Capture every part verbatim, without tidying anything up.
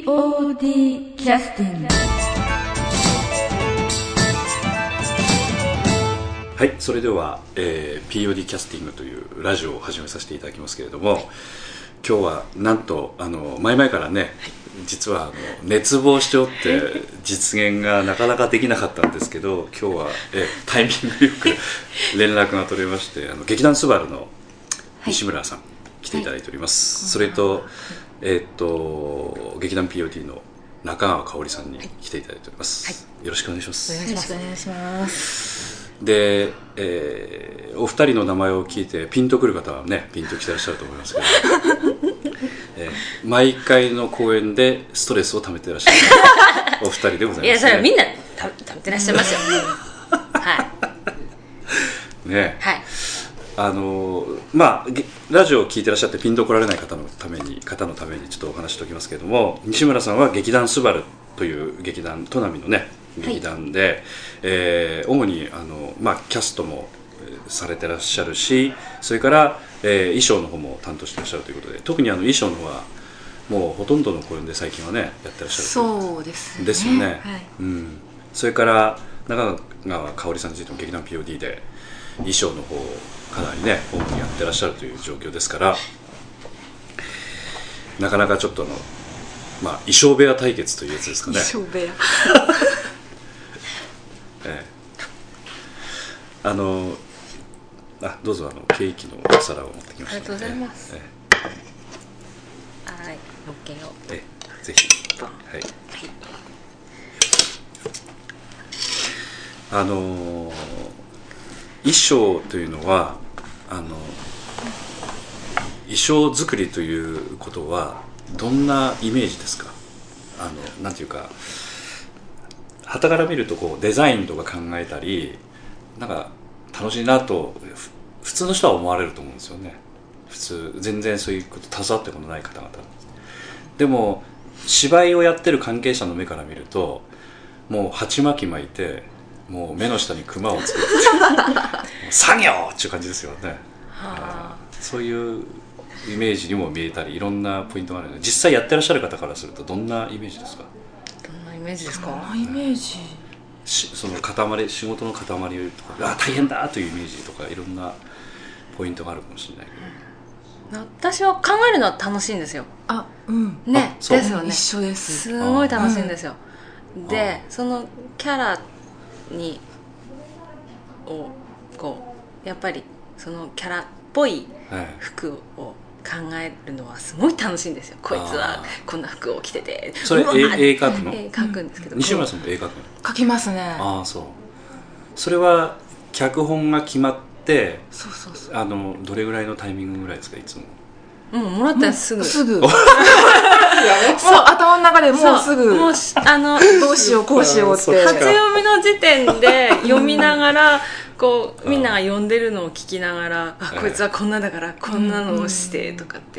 オーディー キャスティング。 はい、それでは、えー、ピーオーディー キャスティングというラジオを始めさせていただきますけれども、今日はなんとあの前々からね、実はあの熱望しておって実現がなかなかできなかったんですけど、今日はえタイミングよく連絡が取れまして、あの劇団スバルの西村さん、はい、来ていただいております、はい、それと、えー、っと劇団 ピーオーディー の中川香織さんに来ていただいております、はい、よろしくお願いします。 よろしくお願いします。 で、えー、お二人の名前を聞いてピンとくる方はね、ピンときてらっしゃると思いますけど、えー、毎回の公演でストレスを溜めてらっしゃるお二人でございます、ね、 いや、それはみんなた溜めてらっしゃいますよはいね、 はい、 あのまあラジオを聞いてらっしゃってピンと来られない方のために方のためにちょっとお話しておきますけれども、西村さんは劇団スバルという劇団、砺波のね劇団で、はい、えー、主にあの、まあ、キャストもされてらっしゃるし、それから、えー、衣装の方も担当してらっしゃるということで、特にあの衣装の方はもうほとんどの公演で最近はねやってらっしゃる。 そうですね、 ですよね、はい、 うん、 それから中川香織さんについても劇団 ピーオーディー で衣装の方をかなりね主にやってらっしゃるという状況ですから、なかなかちょっとあの、まあ、衣装部屋対決というやつですかね。 衣装部屋ええ、あのあどうぞあのケーキのお皿を持ってきました、ね、 ありがとうございます、 ええ、はい、オッケーを、 ええ、ぜひ、はい、はい、あの衣装というのはあの衣装作りということはどんなイメージですか？あのなんていうか、傍から見るとこうデザインとか考えたりなんか楽しいなと普通の人は思われると思うんですよね。普通全然そういうこと携わってことない方々でも、芝居をやってる関係者の目から見るともう鉢巻き巻いてもう目の下にクマを作って作業っていう感じですよね。はあ、そういうイメージにも見えたり、いろんなポイントがあるので、実際やってらっしゃる方からするとどんなイメージですか？ どんなイメージですか？ どんなイメージ、 その塊、仕事の塊とか、あ大変だというイメージとか、いろんなポイントがあるかもしれないけど、私は考えるのは楽しいんですよ。 あ、うんね、ですよね。 一緒です。 すごい楽しいんですよ。で、そのキャラにをこうやっぱりそのキャラっぽい服を考えるのはすごい楽しいんですよ。こいつはこんな服を着てて、 それ絵描くの？ 絵描くんですけど、 西村さんも絵描くの？ 描きますね。 ああ、そう。それは脚本が決まって、 そうそうそう、 あのどれぐらいのタイミングぐらいですか？いつももうもらったらすぐすぐそう、頭の中でもうすぐもうあのどうしようこうしようって初読みの時点で読みながらこうみんなが読んでるのを聞きながら、あこいつはこんなだからこんなのをしてとかって、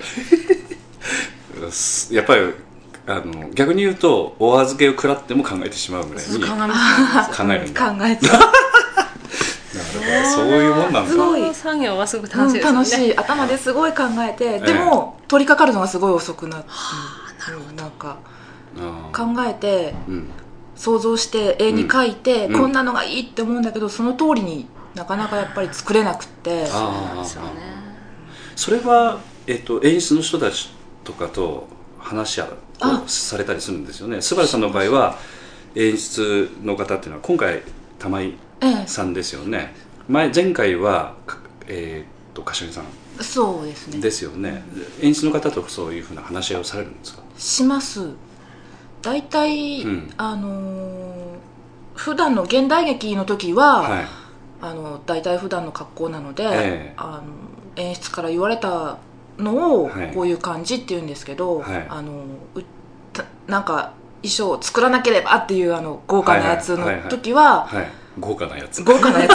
やっぱりあの逆に言うとお預けを食らっても考えてしまうぐらいに考えるんだ。 考えちゃうそういうもんなんだ。 すごい作業はすごく楽しいですよね、 うん、楽しい。頭ですごい考えて、でも、ええ、取り掛かるのがすごい遅くなって、 なるほど、 なんか考えて、うん、想像して絵に描いて、うん、こんなのがいいって思うんだけど、その通りになかなかやっぱり作れなくって。 そうなんですよね。 それは、えっと、演出の人たちとかと話し合うされたりするんですよね。スバルさんの場合は演出の方っていうのは今回玉井さんですよね、ええ、前, 前回は、えー、と柏木さんそうですねですよね、うん、演出の方とそういうふうな話し合いをされるんですか？ します。大体、うん、あのー、普段の現代劇の時は、はい、あの大体普段の格好なので、ええ、あの演出から言われたのをこういう感じっていうんですけど、はい、あのうなんか衣装を作らなければっていうあの豪華なやつの時は、 はいはいはいはい、豪華なやつ豪華なやつ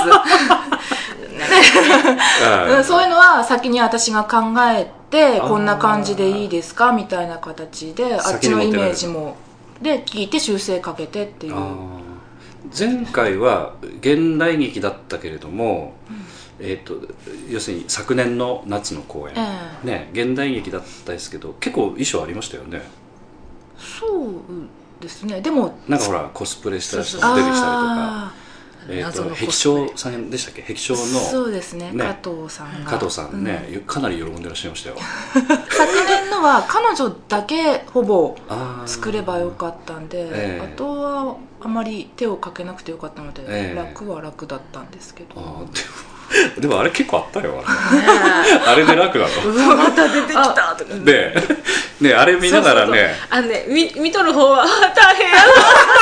そういうのは先に私が考えて、こんな感じでいいですかみたいな形で、あっちのイメージもで聞いて修正かけてっていう。 前回は現代劇だったけれども、うん、えー、と要するに昨年の夏の公演、えーね、現代劇だったですけど結構衣装ありましたよね。 そうですね。でもなんかほらコスプレした人も出てきたりとか、えー、と壁長さんでしたっけ、壁長のそうですね、ね、加藤さんが加藤さんね、うん、かなり喜んでらっしゃいましたよ昨年のは彼女だけほぼ作ればよかったんで、あ,、えー、あとはあまり手をかけなくてよかったので、えー、楽は楽だったんですけど、 あでもでもあれ結構あったよ、あれあれで楽だとうわまた出てきたとかで、ね、あれ見ながらね、そうそうそうあのね 見, 見とる方は大変やな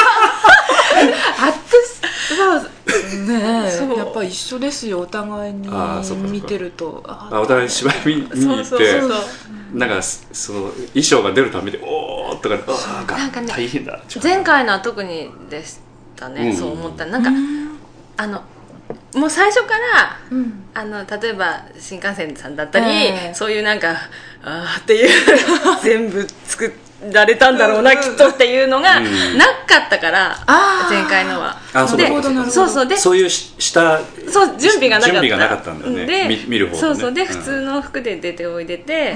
私はねやっぱ一緒ですよ、お互いに見てると、 ああお互い芝居見に行って、なんかその衣装が出るためにおーっとかあなんか、ね、大変だ、 前回のは特にでしたね、うん、そう思ったなんか、うん、あのもう最初から、うん、あの例えば新幹線さんだったり、えー、そういうなんかあーっていう全部作られたんだろうな、うん、きっとっていうのが、うん、なかったから、前回のはあそうでそうそうでそういうしたそう準備がなかった準備がなかったんだね、で 見, 見る方、ね、 そうそうで、うん、普通の服で出ておいでて、うん、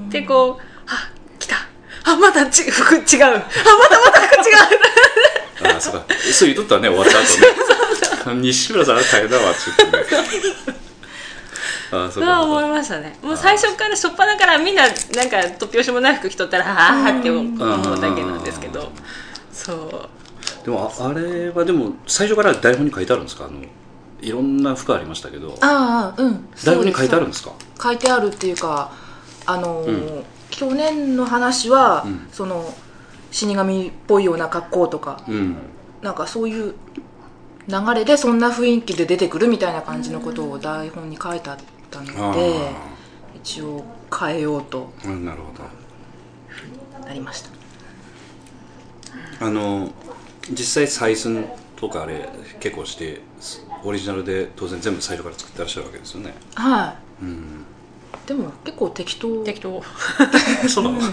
でこうあ来たあまたち服違うあまたまた服違うあそうかそう言うとったね終わった後ね西村さんは大変だわって言ってねああそうか思いましたね。もう最初から初っ端からみんななんか突拍子もない服着とったらはあって思うだけなんですけど、そうでも あ, あれはでも最初から台本に書いてあるんですか、あのいろんな服ありましたけど、 ああうん台本に書いてあるんですか。 書いてあるっていうかあの、うん、去年の話は、うん、その死神っぽいような格好とか、うん、なんかそういう流れでそんな雰囲気で出てくるみたいな感じのことを台本に書いてあったので、一応変えようと、 うん、なるほどなりました。 あの実際採寸とかあれ結構してオリジナルで当然全部最初から作ってらっしゃるわけですよね。 はい、うん、でも結構適当適当そうなの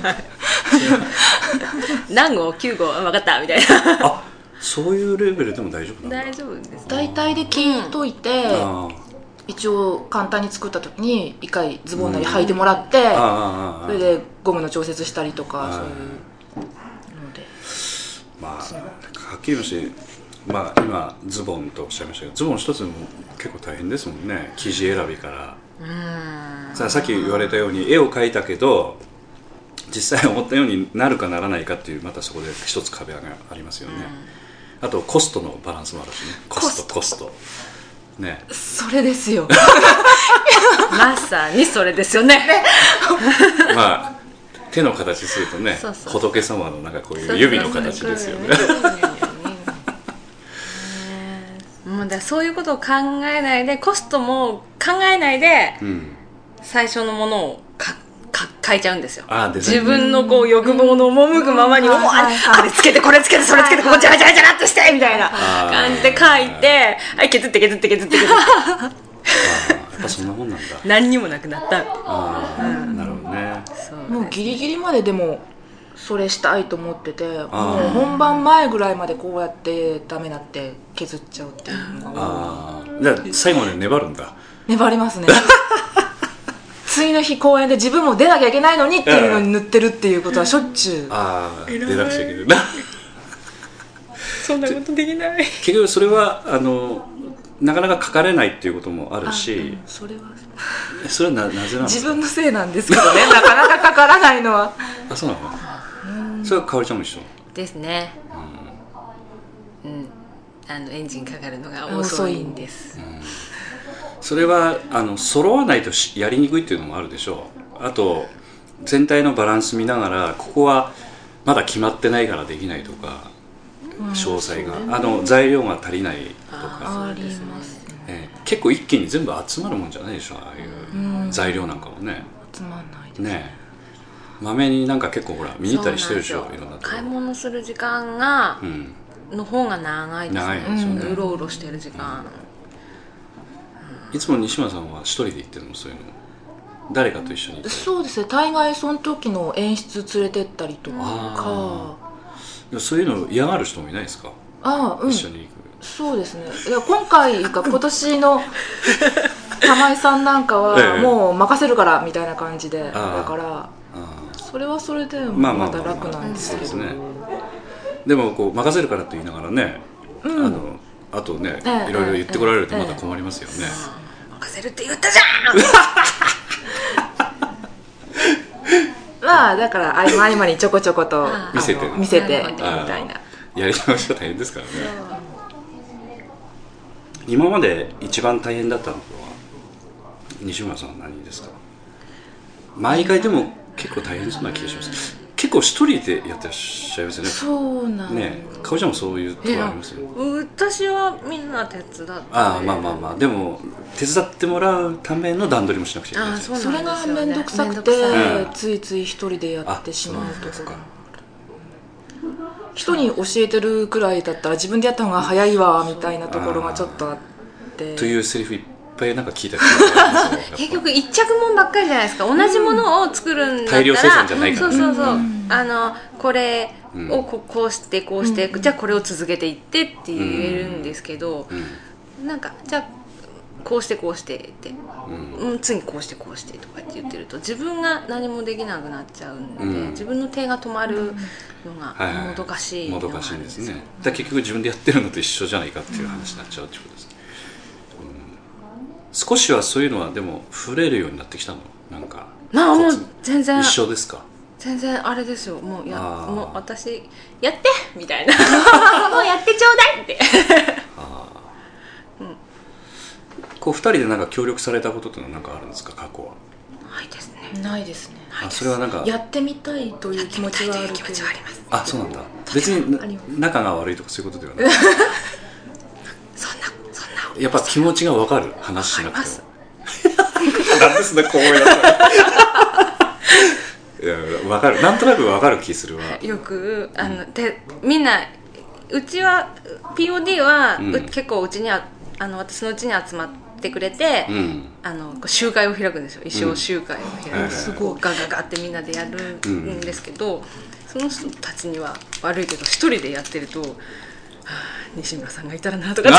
何号きゅう号分かったみたいなあそういうレベルでも大丈夫なんだ。 大丈夫です。 大体で聞いといて、うん、一応簡単に作った時に一回ズボンなり履いてもらって、うん、それでゴムの調節したりとか、そういうので、 まあはっきり言いまして、まあ今ズボンとおっしゃいましたけど、ズボン一つでも結構大変ですもんね、生地選びから。うんさ, さっき言われたように絵を描いたけど実際思ったようになるかならないかっていう、またそこで一つ壁がありますよね。あとコストのバランスもあるしね。コストコストね、 それですよまさにそれですよねまあ手の形するとね、そうそう仏様のなんかこういう指の形ですよね。 もうだそういうことを考えないで、コストも考えないで、うん、最初のものをかか変えちゃうんですよ。あ自分のこう欲望の赴くままに、うん、おあれつけてこれつけてそれつけてここジャラジャラジャラっとしてみたいな感じで書いて、はい削って削って削って削ってあやっぱそんなもんなんだ。 何にもなくなった。 あ、うん、なるほどね。 そうもうギリギリまででもそれしたいと思ってて、もう本番前ぐらいまでこうやってダメだって削っちゃうっていうのが。 あじゃあ最後まで粘るんだ。 粘りますね次の日公演で自分も出なきゃいけないのにっていうのに塗ってるっていうことはしょっちゅう。 ああ出なくちゃいけないなそんなことできない。 結局それはあのなかなか書かれないっていうこともあるし、うん、 それはそれは な, なぜなんですか。 自分のせいなんですけどねなかなかかからないのは。 あそうなの。それはかおりちゃんも一緒ですね。うん、うん、あのエンジンかかるのが遅いんです、うん、 それはあの揃わないとやりにくいっていうのもあるでしょう。あと全体のバランス見ながらここはまだ決まってないからできないとか、うん、詳細が、ね、あの材料が足りないとかありますね、 えー、結構一気に全部集まるもんじゃないでしょ、ああいう材料なんかもね。 集まんないですね。まめになんか結構ほら見に行ったりしてるでしょ、いろんなところ。 買い物する時間が、うん、の方が長いですね。長いですよね、うろうろしてる時間、 うん、いつも西村さんは一人で行ってるの？そういうの誰かと一緒に行ってる？ そうですね、大概その時の演出連れてったりとか。 そういうの嫌がる人もいないですか？ ああ、うん、 一緒に行く。 そうですね。いや今回か今年の玉井さんなんかはもう任せるからみたいな感じで、だからそれはそれでまだ楽なんですけど、 でもこう任せるからと言いながらね、うん、あのあとね、ええ、いろいろ言ってこられるとまた困りますよね、ええええ、任せるって言ったじゃんまあだから合間合間にちょこちょこと見せて見せてみたいなやり直しは大変ですからね。今まで一番大変だったのは西村さんは何ですか？毎回でも結構大変そうな気がします。結構一人でやってらっしゃいますよね。 そうなんね。かおちゃんもそういうところありますよね。 私はみんな手伝って。 ああまあまあまあでも手伝ってもらうための段取りもしなくちゃいけない。あそうそれが面倒くさくて、ついつい一人でやってしまうところ。人に教えてるくらいだったら自分でやった方が早いわみたいなところがちょっとあって。 というセリフいっぱいなんか聞いたりする結局一着もんばっかりじゃないですか。同じものを作るんだったら、 大量生産じゃないからね。 そうそうそう、うん、あのこれをこうしてこうして、うん、じゃあこれを続けていってって言えるんですけど、うん、なんかじゃあこうしてこうしてって、うん、次こうしてこうしてとかって言ってると自分が何もできなくなっちゃうんで、うん、自分の手が止まるのがもどかしいのがあるんですよ。 もどかしいんですね。だ結局自分でやってるのと一緒じゃないかっていう話になっちゃうってことですね。少しはそういうのはでも触れるようになってきたの？なんかまあもう全然一緒ですか？ 全然あれですよ。もうやもう私やってみたいなもうやってちょうだいってあ、 うん、こうふたりでなんか協力されたことってのは何かあるんですか？過去はないですね。 ないですね。 あそれはなんかやってみたいという気持ちはあるけど。 あそうなんだ。別に仲が悪いとかそういうことではないそんなやっぱ気持ちが分かる話しなくてもなんでそんな光栄だったいや分かるなんとなく分かる気するわ。 よくあの、うん、でみんなうちは ピーオーディー は、うん、結構うちにはあの私のうちに集まってくれて、うん、あの集会を開くんですよ。衣装集会を開く、うん、すごいガガガってみんなでやるんですけど、うん、その人たちには悪いけど一人でやってると、はあ、西村さんがいたらなとか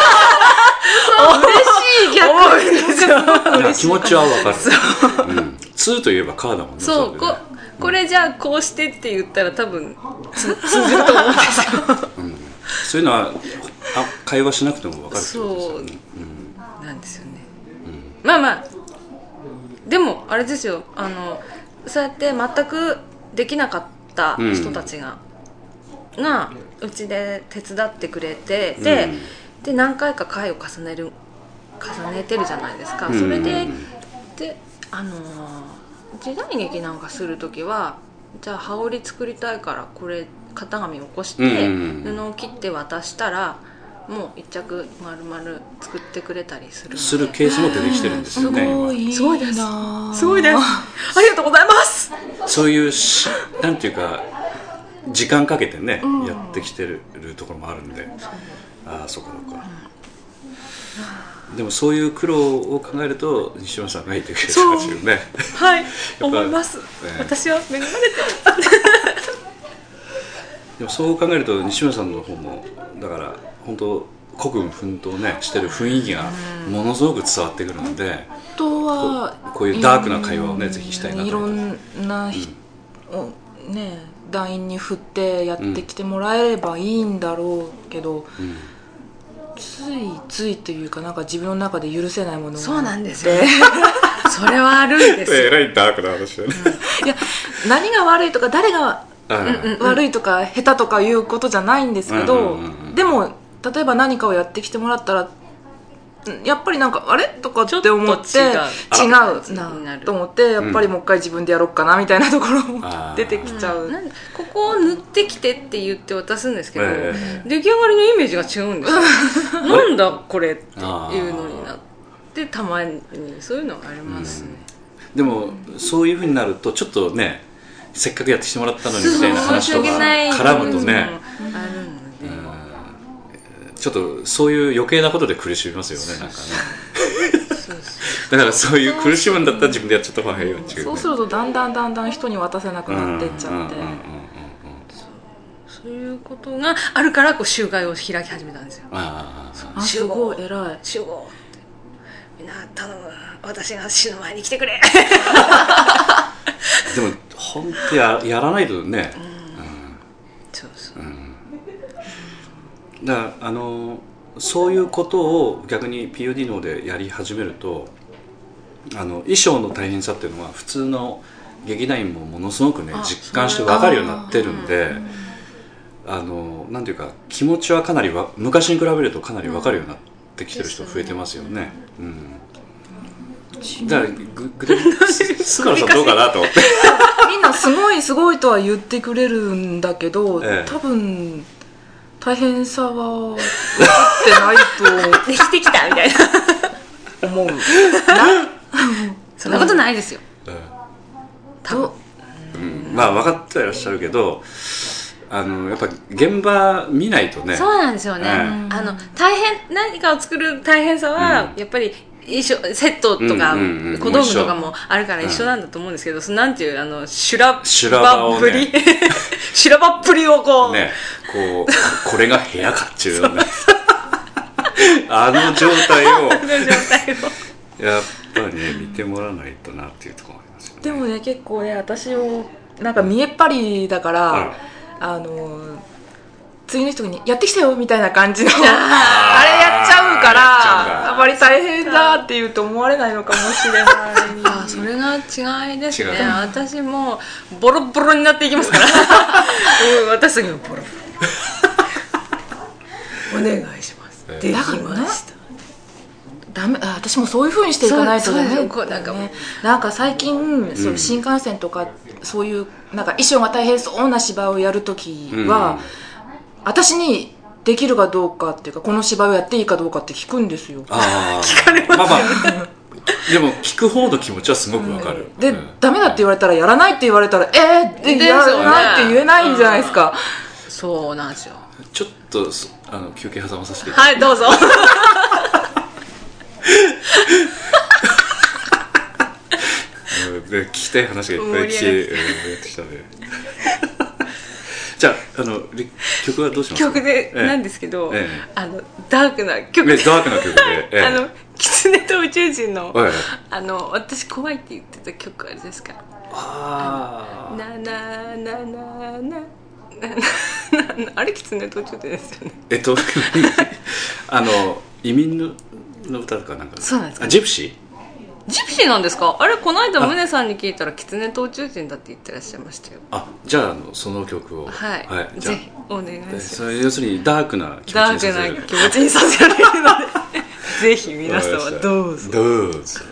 嬉しい逆に気持ちは分かる。うん、ツーといえばカーだもんね。 そう、こ, これじゃあこうしてって言ったら多分通じると思うんですよ、うん、 そういうのはあ会話しなくても分かるってことですよね。 そうなんですよね、うん、まあまあでもあれですよ、あのそうやって全くできなかった人たちが、うん、がうちで手伝ってくれて、で、うんで何回か回を重ねる重ねてるじゃないですか。それで、であの時代劇なんかするときはじゃあ羽織作りたいからこれ型紙を起こして布を切って渡したらもう一着丸々作ってくれたりするするケースも出てきてるんですよね。 すごいすごいですすごいですありがとうございます。 そういうしなんていうか時間かけてね、うん、やってきてるところもあるんで、ああそうかそうか、うん、でもそういう苦労を考えると西村さんがいいという気がしますよね。 はい思います、ね、私は恵まれてるでもそう考えると西村さんの方もだから本当孤軍奮闘ねしてる雰囲気がものすごく伝わってくるので、 本当はこ, こういうダークな会話をね、うん、ぜひしたいなと思って。 いろんな人、うん、ね団員に振ってやってきてもらえればいいんだろうけど、うん、ついついというかなんか自分の中で許せないものがそうなんですよ、ね、それはあるんですよ。 えらいダークな話だね、 うん、いや何が悪いとか誰が悪いとか下手とかいうことじゃないんですけど、でも例えば何かをやってきてもらったらやっぱりなんかあれとかって思って違うなと思ってやっぱりもう一回自分でやろうかなみたいなところも出てきちゃう、うん、なんでここを塗ってきてって言って渡すんですけど、えー、出来上がりのイメージが違うんですよなんだこれっていうのになってたまにそういうのがありますね、 うん、でもそういう風になるとちょっとねせっかくやってきてもらったのにみたいな話とか絡むとね、うん、あるので、うんちょっとそういう余計なことで苦しみますよね、なんかねそうそうだからそういう苦しむんだったら自分でやっちゃった方がいいよ、 ね、そうするとだんだんだんだん人に渡せなくなっていっちゃって、 そういうことがあるからこう集会を開き始めたんですよ。 ああすごい偉い集合ってみんな頼む私が死ぬ前に来てくれでも本当ややらないとね、うんそうそう、うん、 だからあのそういうことを逆に ピーオーディー の方でやり始めると、あの衣装の大変さっていうのは普通の劇団員もものすごくね実感して分かるようになってるんで、あのなんていうか気持ちはかなりわ昔に比べるとかなり分かるようになってきてる人増えてますよね。うん、だからぐ具体的にスカラさんどうかなと思ってみんなすごいすごいとは言ってくれるんだけど、ええ、多分大変さは分かってないとできてきたみたいな思うなそんなことないですよ、うん、 多分、うん、まあ分かってはいらっしゃるけど、あのやっぱ現場見ないとね。 そうなんですよね、うん、あの大変何かを作る大変さは、うん、やっぱり一緒セットとか、うんうんうん、小道具とかもあるから一緒なんだと思うんですけど、うん、そのなんていうあの修羅場っぷり、ね、修羅場っぷりをこう、 ね、こうこれが部屋かっていうようなあの状態をあの状態をやっぱりね見てもらわないとなっていうところがありますよね。 でもね結構ね私もなんか見えっ張りだから、うん、あの次の人にやってきたよみたいな感じのあれやっちゃうからやっぱり大変だって言うと思われないのかもしれないあそれが違いですね。私もボロボロになっていきますから私にもボロボロお願いします、えー、できましたダメあ私もそういう風にしていかないとダメだよね。なんか最近、うん、そう新幹線とかそういうなんか衣装が大変そうな芝居をやるときは、うん、私にできるかどうかっていうかこの芝居をやっていいかどうかって聞くんですよ。 あ聞かれますよね、まあまあ、 でも聞く方の気持ちはすごくわかる、 うん、で、うん、ダメだって言われたらやらないって言われたらえー、やらないって言えないんじゃないですか、 うん、そうなんですよ。 ちょっとあの休憩挟まさせてはいどうぞ聞きたい話がいっぱい聞けてきたねじゃあ、あの曲はどうしますか。 曲でなんですけど、ええ、あのダークな曲で、 ダークな曲で、 ええ、あの狐と宇宙人の、ええ、あの私怖いって言ってた曲あれですか。 ああなななななあれ狐と宇宙人ですよね。 えっとあの移民のの歌とかなんか。 そうなんですか。 あジプシー。 ジプシーなんですか。あれこの間宗さんに聞いたら狐と宇宙人だって言ってらっしゃいましたよ。 あじゃあ、あのその曲をはい、はい、ぜひお願いします。 それ要するにダークな気持ちにさせるダークな気持ちにさせられるのでぜひ皆様どうぞどうぞ。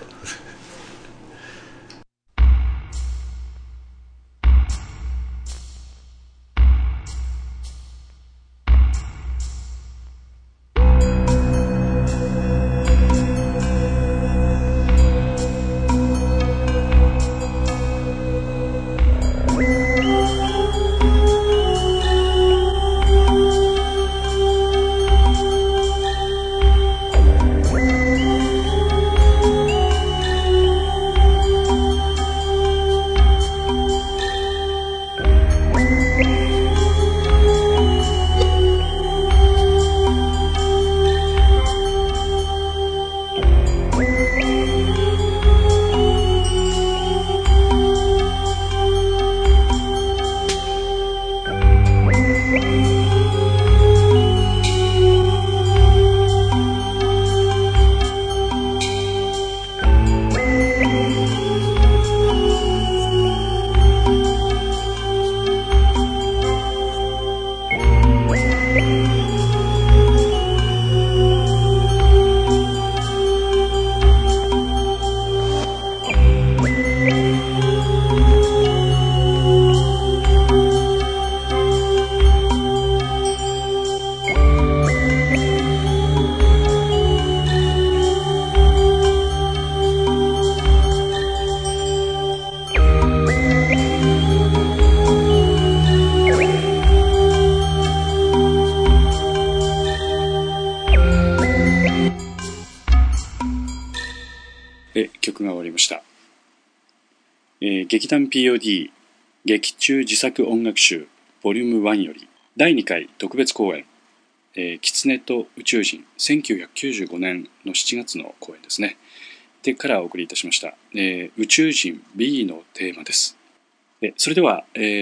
曲が終わりました、えー、劇団 ピーオーディー 劇中自作音楽集ボリュームワンよりだいにかい特別公演、えー、狐と宇宙人せんきゅうひゃくきゅうじゅうごねんのしちがつの公演ですねでからお送りいたしました、えー、宇宙人 B のテーマです。でそれでは、えー、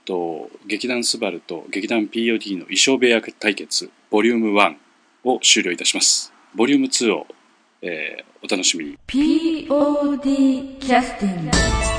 と劇団スバルと劇団 ピーオーディー の衣装部屋対決ボリュームワンを終了いたします。ボリュームツーを、えー、お楽しみに。 ピーオーディー キャスティング